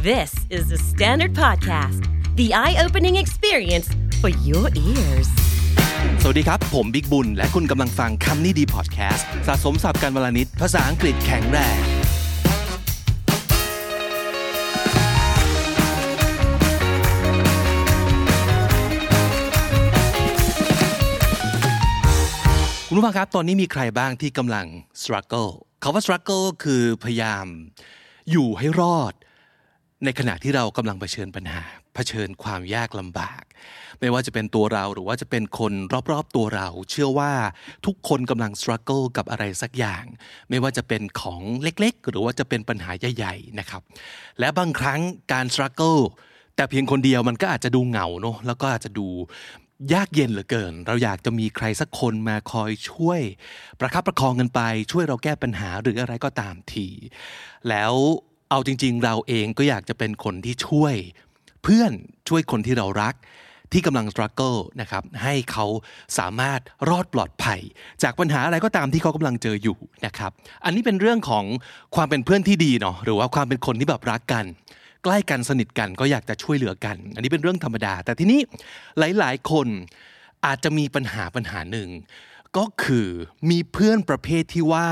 This is the Standard Podcast, the eye-opening experience for your ears. สวัสดีครับผมบิ๊กบุญและคุณกำลังฟังคำนี้ดีพอดแคสต์สะสมศัพท์กันวลนิดภาษาอังกฤษแข็งแรงคุณผู้ฟังครับตอนนี้มีใครบ้างที่กำลัง struggle คำว่า struggle คือพยายามอยู่ให้รอดในขณะที่เรากำลังเผชิญปัญหาเผชิญความยากลำบากไม่ว่าจะเป็นตัวเราหรือว่าจะเป็นคนรอบๆตัวเราเชื่อว่าทุกคนกำลัง struggle กับอะไรสักอย่างไม่ว่าจะเป็นของเล็กๆหรือว่าจะเป็นปัญหาใหญ่ๆนะครับและบางครั้งการ struggle แต่เพียงคนเดียวมันก็อาจจะดูเหงาเนอะแล้วก็อาจจะดูยากเย็นเหลือเกินเราอยากจะมีใครสักคนมาคอยช่วยประคับประคองกันไปช่วยเราแก้ปัญหาหรืออะไรก็ตามทีแล้วเอาจริงๆเราเองก็อยากจะเป็นคนที่ช่วยเพื่อนช่วยคนที่เรารักที่กำลัง struggle นะครับให้เขาสามารถรอดปลอดภัยจากปัญหาอะไรก็ตามที่เขากำลังเจออยู่นะครับอันนี้เป็นเรื่องของความเป็นเพื่อนที่ดีเนาะหรือว่าความเป็นคนที่แบบรักกันใกล้กันสนิทกันก็อยากจะช่วยเหลือกันอันนี้เป็นเรื่องธรรมดาแต่ทีนี้หลายๆคนอาจจะมีปัญหาหนึ่งก็คือมีเพื่อนประเภทที่ว่า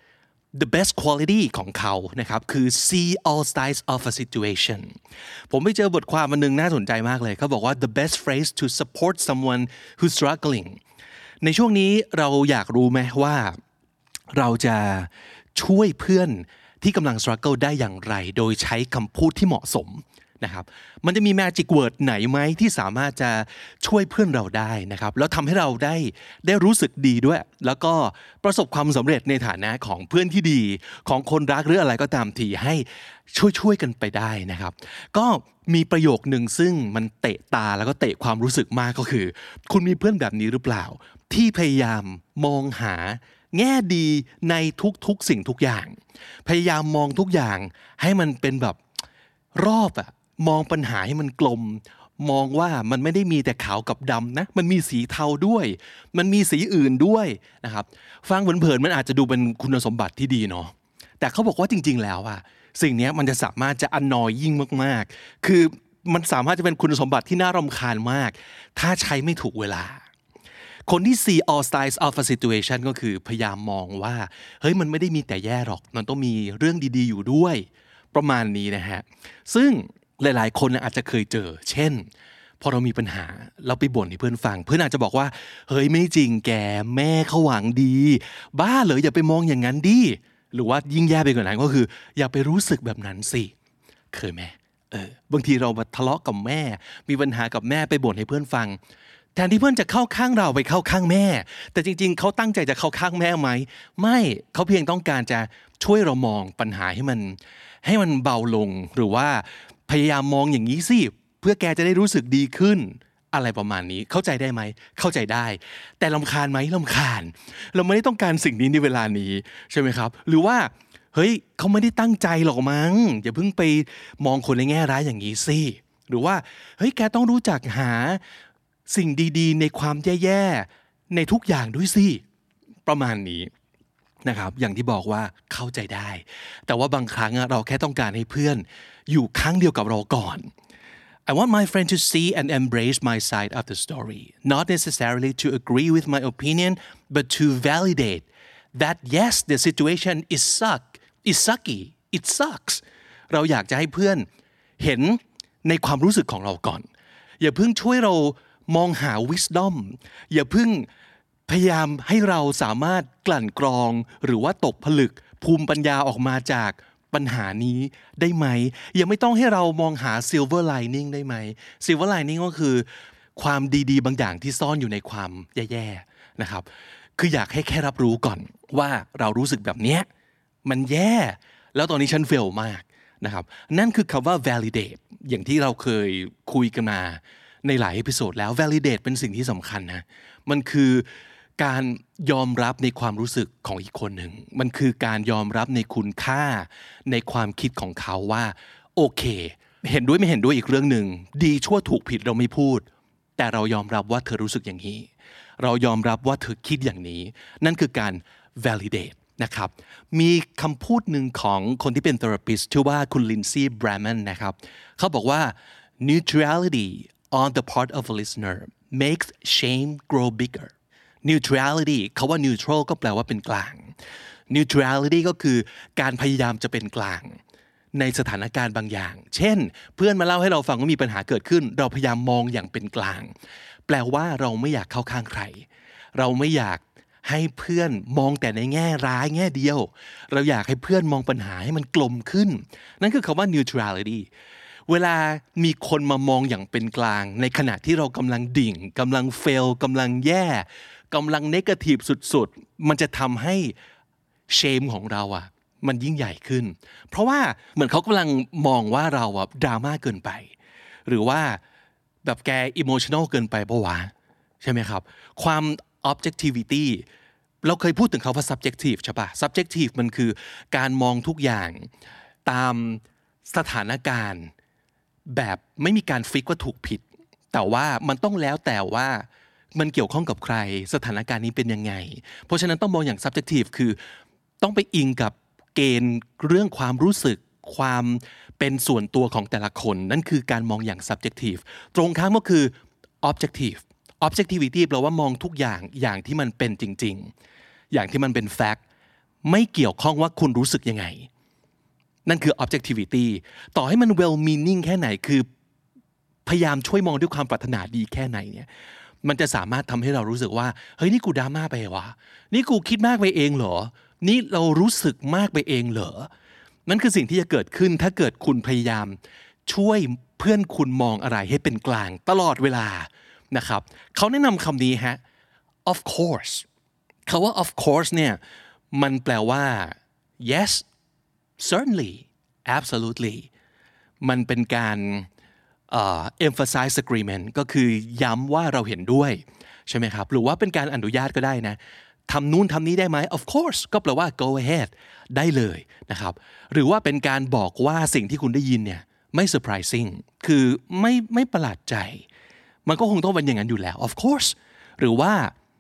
the best quality ของเขานะครับคือ see all sides of a situation ผมไปเจอบทความอันนึงน่าสนใจมากเลยเขาบอกว่า the best phrase to support someone who's struggling ในช่วงนี้เราอยากรู้ไหมว่าเราจะช่วยเพื่อนที่กำลัง struggle ได้อย่างไรโดยใช้คำพูดที่เหมาะสมนะครับมันจะมี magic word ไหนไหมที่สามารถจะช่วยเพื่อนเราได้นะครับแล้วทำให้เราได้รู้สึกดีด้วยแล้วก็ประสบความสำเร็จในฐานะของเพื่อนที่ดีของคนรักหรืออะไรก็ตามทีให้ช่วยกันไปได้นะครับก็มีประโยคนึงซึ่งมันเตะตาแล้วก็เตะความรู้สึกมากก็คือคุณมีเพื่อนแบบนี้หรือเปล่าที่พยายามมองหาแง่ดีในทุกสิ่งทุกอย่างพยายามมองทุกอย่างให้มันเป็นแบบรอบอะมองปัญหาให้มันกลมมองว่ามันไม่ได้มีแต่ขาวกับดำนะมันมีสีเทาด้วยมันมีสีอื่นด้วยนะครับฟังเผินๆมันอาจจะดูเป็นคุณสมบัติที่ดีเนาะแต่เขาบอกว่าจริงๆแล้วอะสิ่งนี้มันจะสามารถจะannoyingมากๆคือมันสามารถจะเป็นคุณสมบัติที่น่ารำคาญมากถ้าใช้ไม่ถูกเวลาคนที่ see all sides of a situation ก็คือพยายามมองว่าเฮ้ยมันไม่ได้มีแต่แย่หรอกมันต้องมีเรื่องดีๆอยู่ด้วยประมาณนี้นะฮะซึ่งหลายๆคนอาจจะเคยเจอเช่นพอเรามีปัญหาเราไปบ่นให้เพื่อนฟังเพื่อนอาจจะบอกว่าเฮ้ยไม่จริงแกแม่เขาหวังดีบ้าเหรออย่าไปมองอย่างนั้นดิหรือว่ายิ่งแย่ไปกว่านั้นก็คืออย่าไปรู้สึกแบบนั้นสิเคยไหมบางทีเราทะเลาะกับแม่มีปัญหากับแม่ไปบ่นให้เพื่อนฟังแทนที่เพื่อนจะเข้าข้างเราไปเข้าข้างแม่แต่จริงๆเขาตั้งใจจะเข้าข้างแม่ไหมไม่เขาเพียงต้องการจะช่วยเรามองปัญหาให้มันเบาลงหรือว่าพยายามมองอย่างนี้สิเพื่อแกจะได้รู้สึกดีขึ้นอะไรประมาณนี้เข้าใจได้ไหมเข้าใจได้แต่รำคาญไหมรำคาญเราไม่ได้ต้องการสิ่งนี้ในเวลานี้ใช่ไหมครับหรือว่าเฮ้ยเขาไม่ได้ตั้งใจหรอกมั้งอย่าเพิ่งไปมองคนในแง่ร้ายอย่างนี้สิหรือว่าเฮ้ยแกต้องรู้จักหาสิ่งดีๆในความแย่ๆในทุกอย่างด้วยสิประมาณนี้นะครับอย่างที่บอกว่าเข้าใจได้แต่ว่าบางครั้งเราแค่ต้องการให้เพื่อนอยู่ข้างเดียวกับเราก่อน I want my friend to see and embrace my side of the story not necessarily to agree with my opinion but to validate that yes the situation is sucky it sucks เราอยากจะให้เพื่อนเห็นในความรู้สึกของเราก่อนอย่าเพิ่งช่วยเรามองหา wisdom อย่าเพิ่งพยายามให้เราสามารถกลั่นกรองหรือว่าตกผลึกภูมิปัญญาออกมาจากปัญหานี้ได้ไหมยังไม่ต้องให้เรามองหา silver lining ได้ไหม silver lining ก็คือความดีๆบางอย่างที่ซ่อนอยู่ในความแย่ๆนะครับคืออยากให้แค่รับรู้ก่อนว่าเรารู้สึกแบบนี้มันแย่แล้วตอนนี้ฉันเฟลมากนะครับนั่นคือคำว่า validate อย่างที่เราเคยคุยกันมาในหลายเอพิโซดแล้ว validate เป็นสิ่งที่สำคัญนะมันคือการยอมรับในความรู้สึกของอีกคนหนึ่งมันคือการยอมรับในคุณค่าในความคิดของเขาว่าโอเคเห็นด้วยไม่เห็นด้วยอีกเรื่องหนึ่งดีชั่วถูกผิดเราไม่พูดแต่เรายอมรับว่าเธอรู้สึกอย่างนี้เรายอมรับว่าเธอคิดอย่างนี้นั่นคือการ validate นะครับมีคำพูดหนึ่งของคนที่เป็น therapist ชื่อว่าคุณลินซี่แบรแมนนะครับเขาบอกว่า neutrality on the part of a listener makes shame grow bigger neutrality คำว่า neutral ก็แปลว่าเป็นกลาง neutrality ก็คือการพยายามจะเป็นกลางในสถานการณ์บางอย่างเช่นเพื่อนมาเล่าให้เราฟังว่ามีปัญหาเกิดขึ้นเราพยายามมองอย่างเป็นกลางแปลว่าเราไม่อยากเข้าข้างใครเราไม่อยากให้เพื่อนมองแต่ในแง่ร้ายแง่เดียวเราอยากให้เพื่อนมองปัญหาให้มันกลมขึ้นนั่นคือคำว่า neutrality เวลามีคนมามองอย่างเป็นกลางในขณะที่เรากำลังดิ่งกำลังเฟลกำลังแย่กำลังเนกาทีฟสุดๆมันจะทำให้เชมของเรามันยิ่งใหญ่ขึ้นเพราะว่าเหมือนเขากำลังมองว่าเราดราม่าเกินไปหรือว่าแบบแกอิโมชันนอลเกินไปปะวะใช่ไหมครับความ objectivity เราเคยพูดถึงคำว่า subjective ใช่ปะ subjective มันคือการมองทุกอย่างตามสถานการณ์แบบไม่มีการฟิกว่าถูกผิดแต่ว่ามันต้องแล้วแต่ว่ามันเกี่ยวข้องกับใครสถานการณ์นี้เป็นยังไงเพราะฉะนั้นต้องมองอย่าง subjective คือต้องไปอิงกับเกณฑ์เรื่องความรู้สึกความเป็นส่วนตัวของแต่ละคนนั่นคือการมองอย่าง subjective ตรงข้ามก็คือ objective objectivity แปลว่ามองทุกอย่างอย่างที่มันเป็นจริงๆอย่างที่มันเป็น fact ไม่เกี่ยวข้องว่าคุณรู้สึกยังไงนั่นคือ objectivity ต่อให้มัน well meaning แค่ไหนคือพยายามช่วยมองด้วยความปรารถนาดีแค่ไหนเนี่ยมันจะสามารถทำให้เรารู้สึกว่าเฮ้ยนี่กูดราม่าไปวะนี่กูคิดมากไปเองเหรอนี่เรารู้สึกมากไปเองเหรอนั่นคือสิ่งที่จะเกิดขึ้นถ้าเกิดคุณพยายามช่วยเพื่อนคุณมองอะไรให้เป็นกลางตลอดเวลานะครับเขาแนะนำคำนี้ฮะ of course คำว่า of course เนี่ยมันแปลว่า yes certainly absolutely มันเป็นการemphasize agreement ก็คือย้ำว่าเราเห็นด้วยใช่ไหมครับหรือว่าเป็นการอนุญาตก็ได้นะทำนู่นทำนี้ได้ไหม of course ก็แปลว่า go ahead ได้เลยนะครับหรือว่าเป็นการบอกว่าสิ่งที่คุณได้ยินเนี่ยไม่ surprising คือไม่ประหลาดใจมันก็คงต้องเป็นอย่างนั้นอยู่แล้ว of course หรือว่า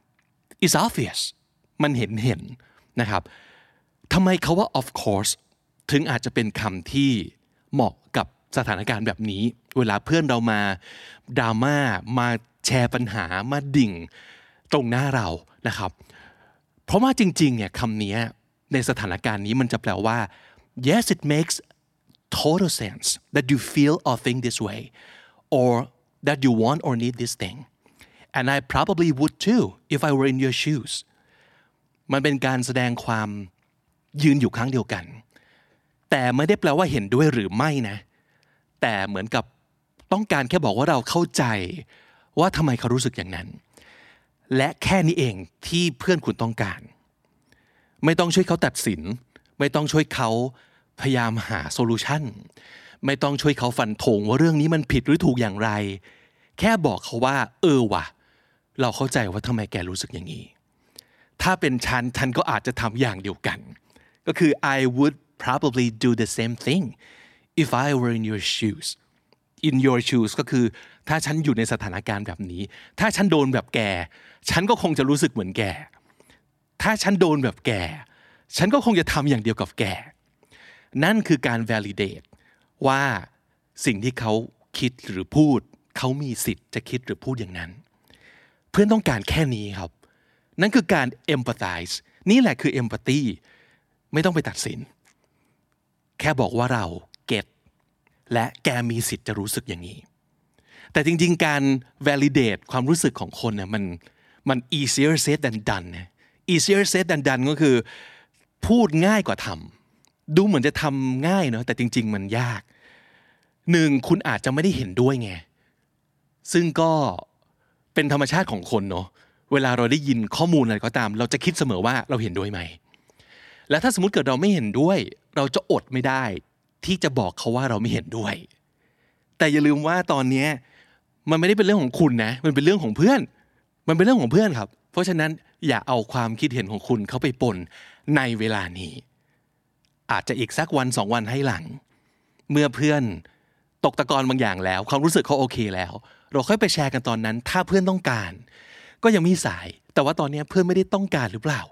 it's obvious มันเห็นนะครับทำไมเขาว่า of course ถึงอาจจะเป็นคำที่เหมาะกับสถานการณ์แบบนี้เวลาเพื่อนเรามาดราม่ามาแชร์ปัญหามาดิ่งตรงหน้าเรานะครับเพราะว่าจริงๆเนี่ยคำนี้ในสถานการณ์นี้มันจะแปลว่า yes it makes total sense that you feel or think this way or that you want or need this thing and I probably would too if I were in your shoes มันเป็นการแสดงความยืนอยู่ข้างเดียวกันแต่ไม่ได้แปลว่าเห็นด้วยหรือไม่นะแต่เหมือนกับต้องการแค่บอกว่าเราเข้าใจว่าทำไมเขารู้สึกอย่างนั้นและแค่นี้เองที่เพื่อนคุณต้องการไม่ต้องช่วยเขาตัดสินไม่ต้องช่วยเขาพยายามหาโซลูชันไม่ต้องช่วยเขาฟันธงว่าเรื่องนี้มันผิดหรือถูกอย่างไรแค่บอกเขาว่าว่ะเราเข้าใจว่าทำไมแกรู้สึกอย่างนี้ถ้าเป็นฉันก็อาจจะทำอย่างเดียวกันก็คือ I would probably do the same thing if I were in your shoes in your shoes ก็คือถ้าฉันอยู่ในสถานการณ์แบบนี้ถ้าฉันโดนแบบแกฉันก็คงจะรู้สึกเหมือนแกถ้าฉันโดนแบบแกฉันก็คงจะทำอย่างเดียวกับแกนั่นคือการ validate ว่าสิ่งที่เขาคิดหรือพูดเขามีสิทธิ์จะคิดหรือพูดอย่างนั้นเพื่อนต้องการแค่นี้ครับนั่นคือการ empathize นี่แหละคือ empathy ไม่ต้องไปตัดสินแค่บอกว่าเราเก็ตและแกมีสิทธิ์จะรู้สึกอย่างนี้แต่จริงๆการ validate ความรู้สึกของคนเนี่ยมัน easier said than done นะ easier said than done ก็คือพูดง่ายกว่าทำดูเหมือนจะทำง่ายเนาะแต่จริงๆมันยากหนึ่งคุณอาจจะไม่ได้เห็นด้วยไงซึ่งก็เป็นธรรมชาติของคนเนาะเวลาเราได้ยินข้อมูลอะไรก็ตามเราจะคิดเสมอว่าเราเห็นด้วยไหมและถ้าสมมุติเกิดเราไม่เห็นด้วยเราจะอดไม่ได้ที่จะบอกเขาว่าเราไม่เห็นด้วยแต่อย่าลืมว่าตอนนี้มันไม่ได้เป็นเรื่องของคุณนะมันเป็นเรื่องของเพื่อนมันเป็นเรื่องของเพื่อนครับเพราะฉะนั้นอย่าเอาความคิดเห็นของคุณเข้าไปปนในเวลานี้อาจจะอีกสักวัน2 วันให้หลังเมื่อเพื่อนตกตะกอนบางอย่างแล้วความรู้สึกเขาโอเคแล้วเราค่อยไปแชร์กันตอนนั้นถ้าเพื่อนต้องการก็ยังมีสายแต่ว่าตอนนี้เพื่อนไม่ได้ต้องการหรือเปล่า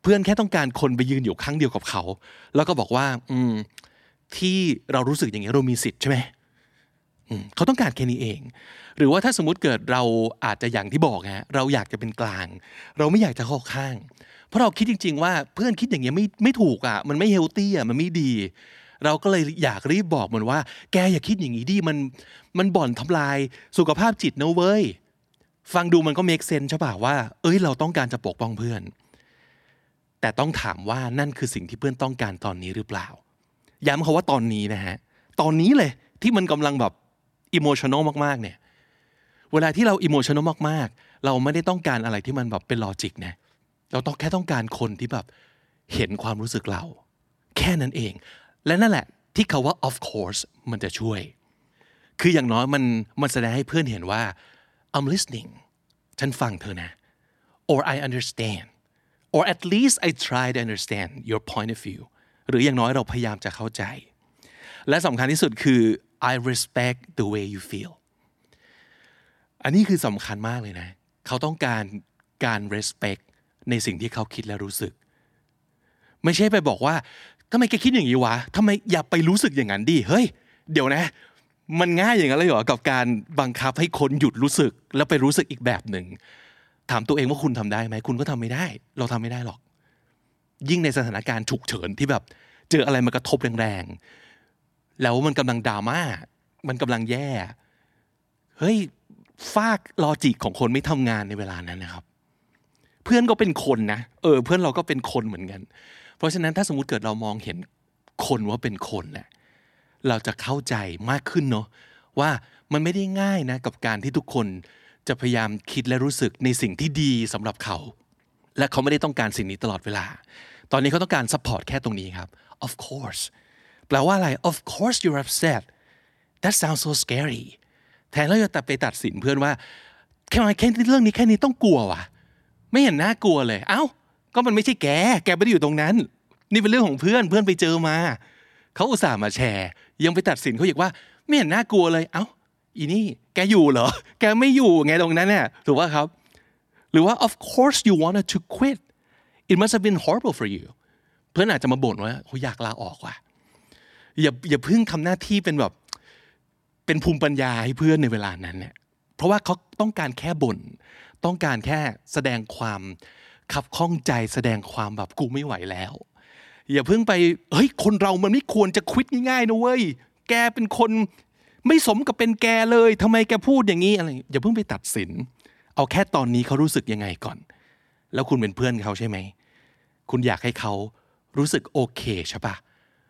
เพื่อนแค่ต้องการคนไปยืนอยู่ข้างเดียวกับเขาแล้วก็บอกว่าที่เรารู้สึกอย่างนี้เรามีสิทธิ์ใช่ไหมเขาต้องการแค่นี้เองหรือว่าถ้าสมมุติเกิดเราอาจจะอย่างที่บอกฮะเราอยากจะเป็นกลางเราไม่อยากจะเข้าข้างเพราะเราคิดจริงๆว่าเพื่อนคิดอย่างเงี้ยไม่ถูกอ่ะมันไม่เฮลตี้อ่ะมันไม่ดีเราก็เลยอยากรีบบอกมันว่าแกอย่าคิดอย่างนี้ดิมันบ่อนทำลายสุขภาพจิตนะเว้ยฟังดูมันก็เมคเซนส์ใช่ป่ะว่าเราต้องการจะปกป้องเพื่อนแต่ต้องถามว่านั่นคือสิ่งที่เพื่อนต้องการตอนนี้หรือเปล่าย้ำคำว่าตอนนี้นะฮะตอนนี้เลยที่มันกำลังแบบอิโมชันนอลมากๆเนี่ยเวลาที่เราอิโมชันนอลมากๆเราไม่ได้ต้องการอะไรที่มันแบบเป็นลอจิกนะเราต้องการคนที่แบบเห็นความรู้สึกเราแค่นั้นเองและนั่นแหละที่คำว่า of course มันจะช่วยคืออย่างน้อยมันแสดงให้เพื่อนเห็นว่า I'm listening ฉันฟังเธอนะ or I understand or at least I try to understand your point of view หรืออย่างน้อยเราพยายามจะเข้าใจและสำคัญที่สุดคือ I respect the way you feel อันนี้คือสำคัญมากเลยนะเขาต้องการ respect ในสิ่งที่เขาคิดและรู้สึกไม่ใช่ไปบอกว่าทำไมแกคิดอย่างนี้วะทำไมอย่าไปรู้สึกอย่างนั้นดิเฮ้ยเดี๋ยวนะมันง่ายอย่างนั้นเลยเหรอกับการบังคับให้คนหยุดรู้สึกแล้วไปรู้สึกอีกแบบหนึ่งถามตัวเองว่าคุณทำได้ไหมคุณก็ทำไม่ได้เราทำไม่ได้หรอกยิ่งในสถานการณ์ฉุกเฉินที่แบบเจออะไรมากระทบแรงๆแล้วมันกำลังดราม่ามันกำลังแย่เฮ้ยฟากลอจิกของคนไม่ทำงานในเวลานั้นนะครับเพื่อนก็เป็นคนนะเพื่อนเราก็เป็นคนเหมือนกันเพราะฉะนั้นถ้าสมมุติเกิดเรามองเห็นคนว่าเป็นคนแหละเราจะเข้าใจมากขึ้นเนาะว่ามันไม่ได้ง่ายนะกับการที่ทุกคนจะพยายามคิดและรู้สึกในสิ่งที่ดีสำหรับเขาและเขาไม่ได้ต้องการสิ่งนี้ตลอดเวลาตอนนี้เขาต้องการซัพพอร์ตแค่ตรงนี้ครับ of course แปลว่าอะไร of course you're upset that sounds so scary แทนเราจะไปตัดสินเพื่อนว่าแค่เรื่องนี้แค่นี้ต้องกลัววะไม่เห็นน่ากลัวเลยเอ้าก็มันไม่ใช่แกไม่ได้อยู่ตรงนั้นนี่เป็นเรื่องของเพื่อนไปเจอมาเขาอุตส่าห์มาแชร์ยังไปตัดสินเขาอีกว่าไม่เห็นน่ากลัวเลยเอ้าอีนี่แกอยู่เหรอแกไม่อยู่ไงตรงนั้นเนี่ยถูกป่ะครับหรือว่า of course you wanted to quit it must have been horrible for you เพื่อนอาจจะมาบ่นว่าเขาอยากลาออกว่ะอย่าเพิ่งทำหน้าที่เป็นแบบเป็นภูมิปัญญาให้เพื่อนในเวลานั้นเนี่ยเพราะว่าเขาต้องการแค่บ่นต้องการแค่แสดงความขับข้องใจแสดงความแบบกูไม่ไหวแล้วอย่าเพิ่งไปเฮ้ยคนเรามันไม่ควรจะควิตง่ายๆนะเว้ยแกเป็นคนไม่สมกับเป็นแกเลยทำไมแกพูดอย่างนี้อะไรอย่าเพิ่งไปตัดสินเอาแค่ตอนนี้เขารู้สึกยังไงก่อนแล้วคุณเป็นเพื่อนเขาใช่ไหมคุณอยากให้เขารู้สึกโอเคใช่ปะ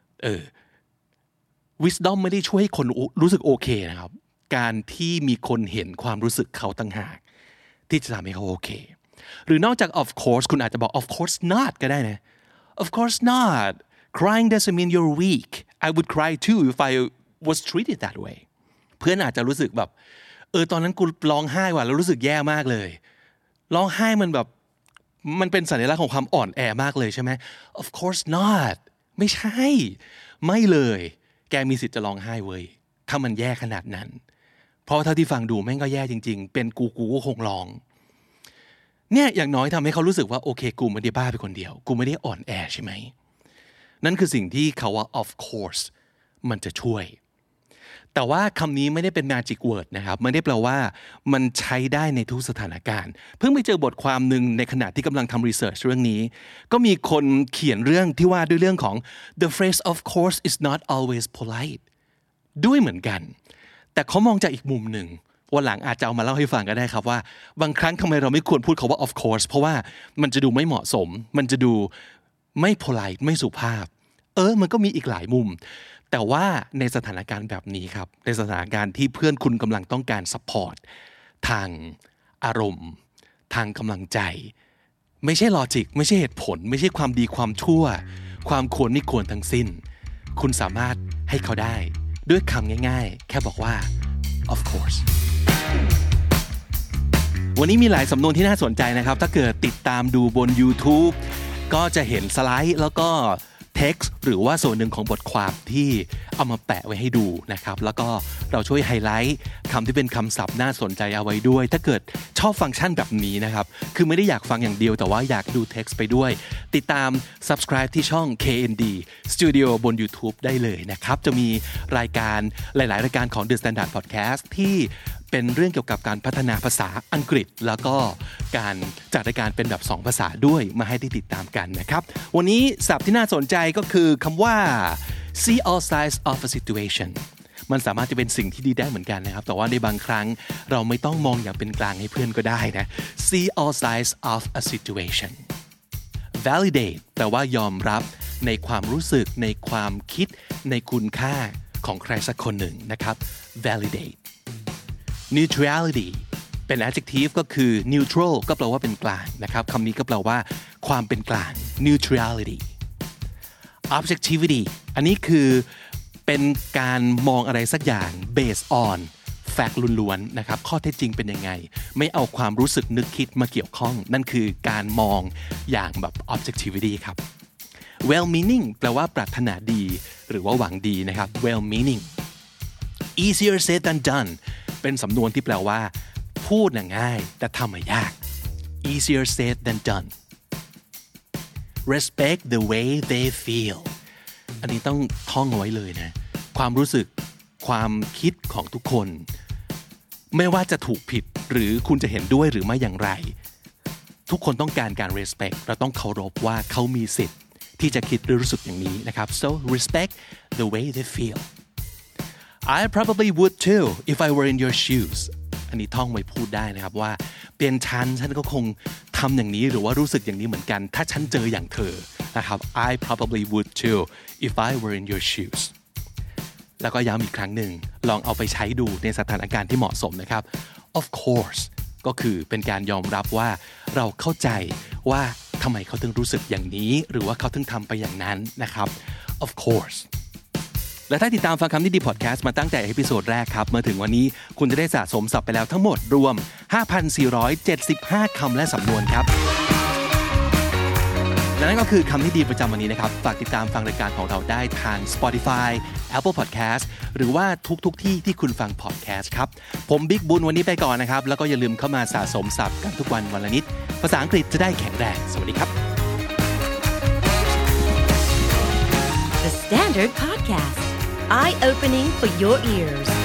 wisdom ไม่ได้ช่วยให้คนรู้สึกโอเคนะครับการที่มีคนเห็นความรู้สึกเขาต่างหากที่จะทำให้เขาโอเคหรือนอกจาก of course คุณอาจจะบอก of course not ก็ได้นะ of course not crying doesn't mean you're weak I would cry too if I was treated that way เพื่อนอาจจะรู้สึกแบบตอนนั้นกูร้องไห้ว่ะแล้วรู้สึกแย่มากเลยร้องไห้มันแบบมันเป็นสัญลักษณ์ของความอ่อนแอมากเลยใช่ไหม of course not ไม่ใช่ไม่เลยแกมีสิทธิ์จะร้องไห้เว้ยถ้ามันแย่ขนาดนั้นเพราะเท่าที่ฟังดูแม่งก็แย่จริงๆเป็นกูก็คงร้องเนี่ยอย่างน้อยทำให้เขารู้สึกว่าโอเคกูไม่ได้บ้าไปคนเดียวกูไม่ได้อ่อนแอใช่ไหมนั่นคือสิ่งที่เขาว่า of course มันจะช่วยแต่ว่าคำนี้ไม่ได้เป็น magic word นะครับไม่ได้แปลว่ามันใช้ได้ในทุกสถานการณ์เพิ่งไปเจอบทความหนึ่งในขณะที่กำลังทำ research เรื่องนี้ก็มีคนเขียนเรื่องที่ว่าด้วยเรื่องของ the phrase of course is not always polite ด้วยเหมือนกันแต่เขามองจากอีกมุมหนึ่งวันหลังอาจจะเอามาเล่าให้ฟังก็ได้ครับว่าบางครั้งทำไมเราไม่ควรพูดคำว่า of course เพราะว่ามันจะดูไม่เหมาะสมมันจะดูไม่ polite ไม่สุภาพมันก็มีอีกหลายมุมแต่ว่าในสถานการณ์แบบนี้ครับในสถานการณ์ที่เพื่อนคุณกำลังต้องการ support ทางอารมณ์ทางกำลังใจไม่ใช่ลอจิกไม่ใช่เหตุผลไม่ใช่ความดีความชั่วความควรไม่ควรทั้งสิ้นคุณสามารถให้เขาได้ด้วยคำง่ายๆแค่บอกว่า of course วันนี้มีหลายสำนวนที่น่าสนใจนะครับถ้าเกิดติดตามดูบน YouTube ก็จะเห็นสไลด์แล้วก็text หรือว่าส่วนหนึ่งของบทความที่เอามาแปะไว้ให้ดูนะครับแล้วก็เราช่วยไฮไลท์คำที่เป็นคำศัพท์น่าสนใจเอาไว้ด้วยถ้าเกิดชอบฟังก์ชันแบบนี้นะครับคือไม่ได้อยากฟังอย่างเดียวแต่ว่าอยากดู text ไปด้วยติดตาม subscribe ที่ช่อง KND Studio บน YouTube ได้เลยนะครับจะมีรายการหลายๆรายการของ The Standard Podcast ที่เป็นเรื่องเกี่ยวกับการพัฒนาภาษาอังกฤษแล้วก็การจัดรายการเป็นแบบ2ภาษาด้วยมาให้ได้ติดตามกันนะครับวันนี้ศัพท์ที่น่าสนใจก็คือคำว่า see all sides of a situation มันสามารถจะเป็นสิ่งที่ดีได้เหมือนกันนะครับแต่ว่าในบางครั้งเราไม่ต้องมองอย่างเป็นกลางให้เพื่อนก็ได้นะ see all sides of a situation validate แปลว่ายอมรับในความรู้สึกในความคิดในคุณค่าของใครสักคนหนึ่งนะครับ validate neutrality เป็น adjective ก็คือ neutral ก็แปลว่าเป็นกลางนะครับคำนี้ก็แปลว่าความเป็นกลาง neutrality objectivity อันนี้คือเป็นการมองอะไรสักอย่าง based on fact ล้วนๆนะครับข้อเท็จจริงเป็นยังไงไม่เอาความรู้สึกนึกคิดมาเกี่ยวข้องนั่นคือการมองอย่างแบบ objectivity ครับ well meaning แปลว่าปรารถนาดีหรือว่าหวังดีนะครับ well meaning easier said than done เป็นสำนวนที่แปลว่าพูดน่ะง่ายแต่ทำยาก easier said than done respect the way they feel อันนี้ต้องท่องเอาไว้เลยนะความรู้สึกความคิดของทุกคนไม่ว่าจะถูกผิดหรือคุณจะเห็นด้วยหรือไม่อย่างไรทุกคนต้องการ respect เราต้องเคารพว่าเขามีสิทธิ์ที่จะคิดหรือรู้สึกอย่างนี้นะครับ so respect the way they feel I probably would too if I were in your shoes อันนี้ท่องไว้พูดได้นะครับว่าเป็นฉันก็คงทำอย่างนี้หรือว่ารู้สึกอย่างนี้เหมือนกันถ้าฉันเจออย่างเธอนะครับ I probably would too if I were in your shoes แล้วก็ย้ำอีกครั้งหนึ่งลองเอาไปใช้ดูในสถานการณ์ที่เหมาะสมนะครับ of course ก็คือเป็นการยอมรับว่าเราเข้าใจว่าทำไมเขาถึงรู้สึกอย่างนี้หรือว่าเขาถึงทำไปอย่างนั้นนะครับ of courseและถ้าติดตามฟังคำนี้ดีพอดแคสต์มาตั้งแต่เอพิโซดแรกครับมาถึงวันนี้คุณจะได้สะสมศัพท์ไปแล้วทั้งหมดรวม 5,475 คำและสำนวนครับและนั่นก็คือคำนี้ดีประจำวันนี้นะครับฝากติดตามฟังรายการของเราได้ทาง Spotify Apple Podcast หรือว่าทุกที่ที่คุณฟัง podcast ครับผมบิ๊กบุญวันนี้ไปก่อนนะครับแล้วก็อย่าลืมเข้ามาสะสมศัพท์กันทุกวันละนิดภาษาอังกฤษจะได้แข็งแรงสวัสดีครับ The Standard Podcast Eye-opening for your ears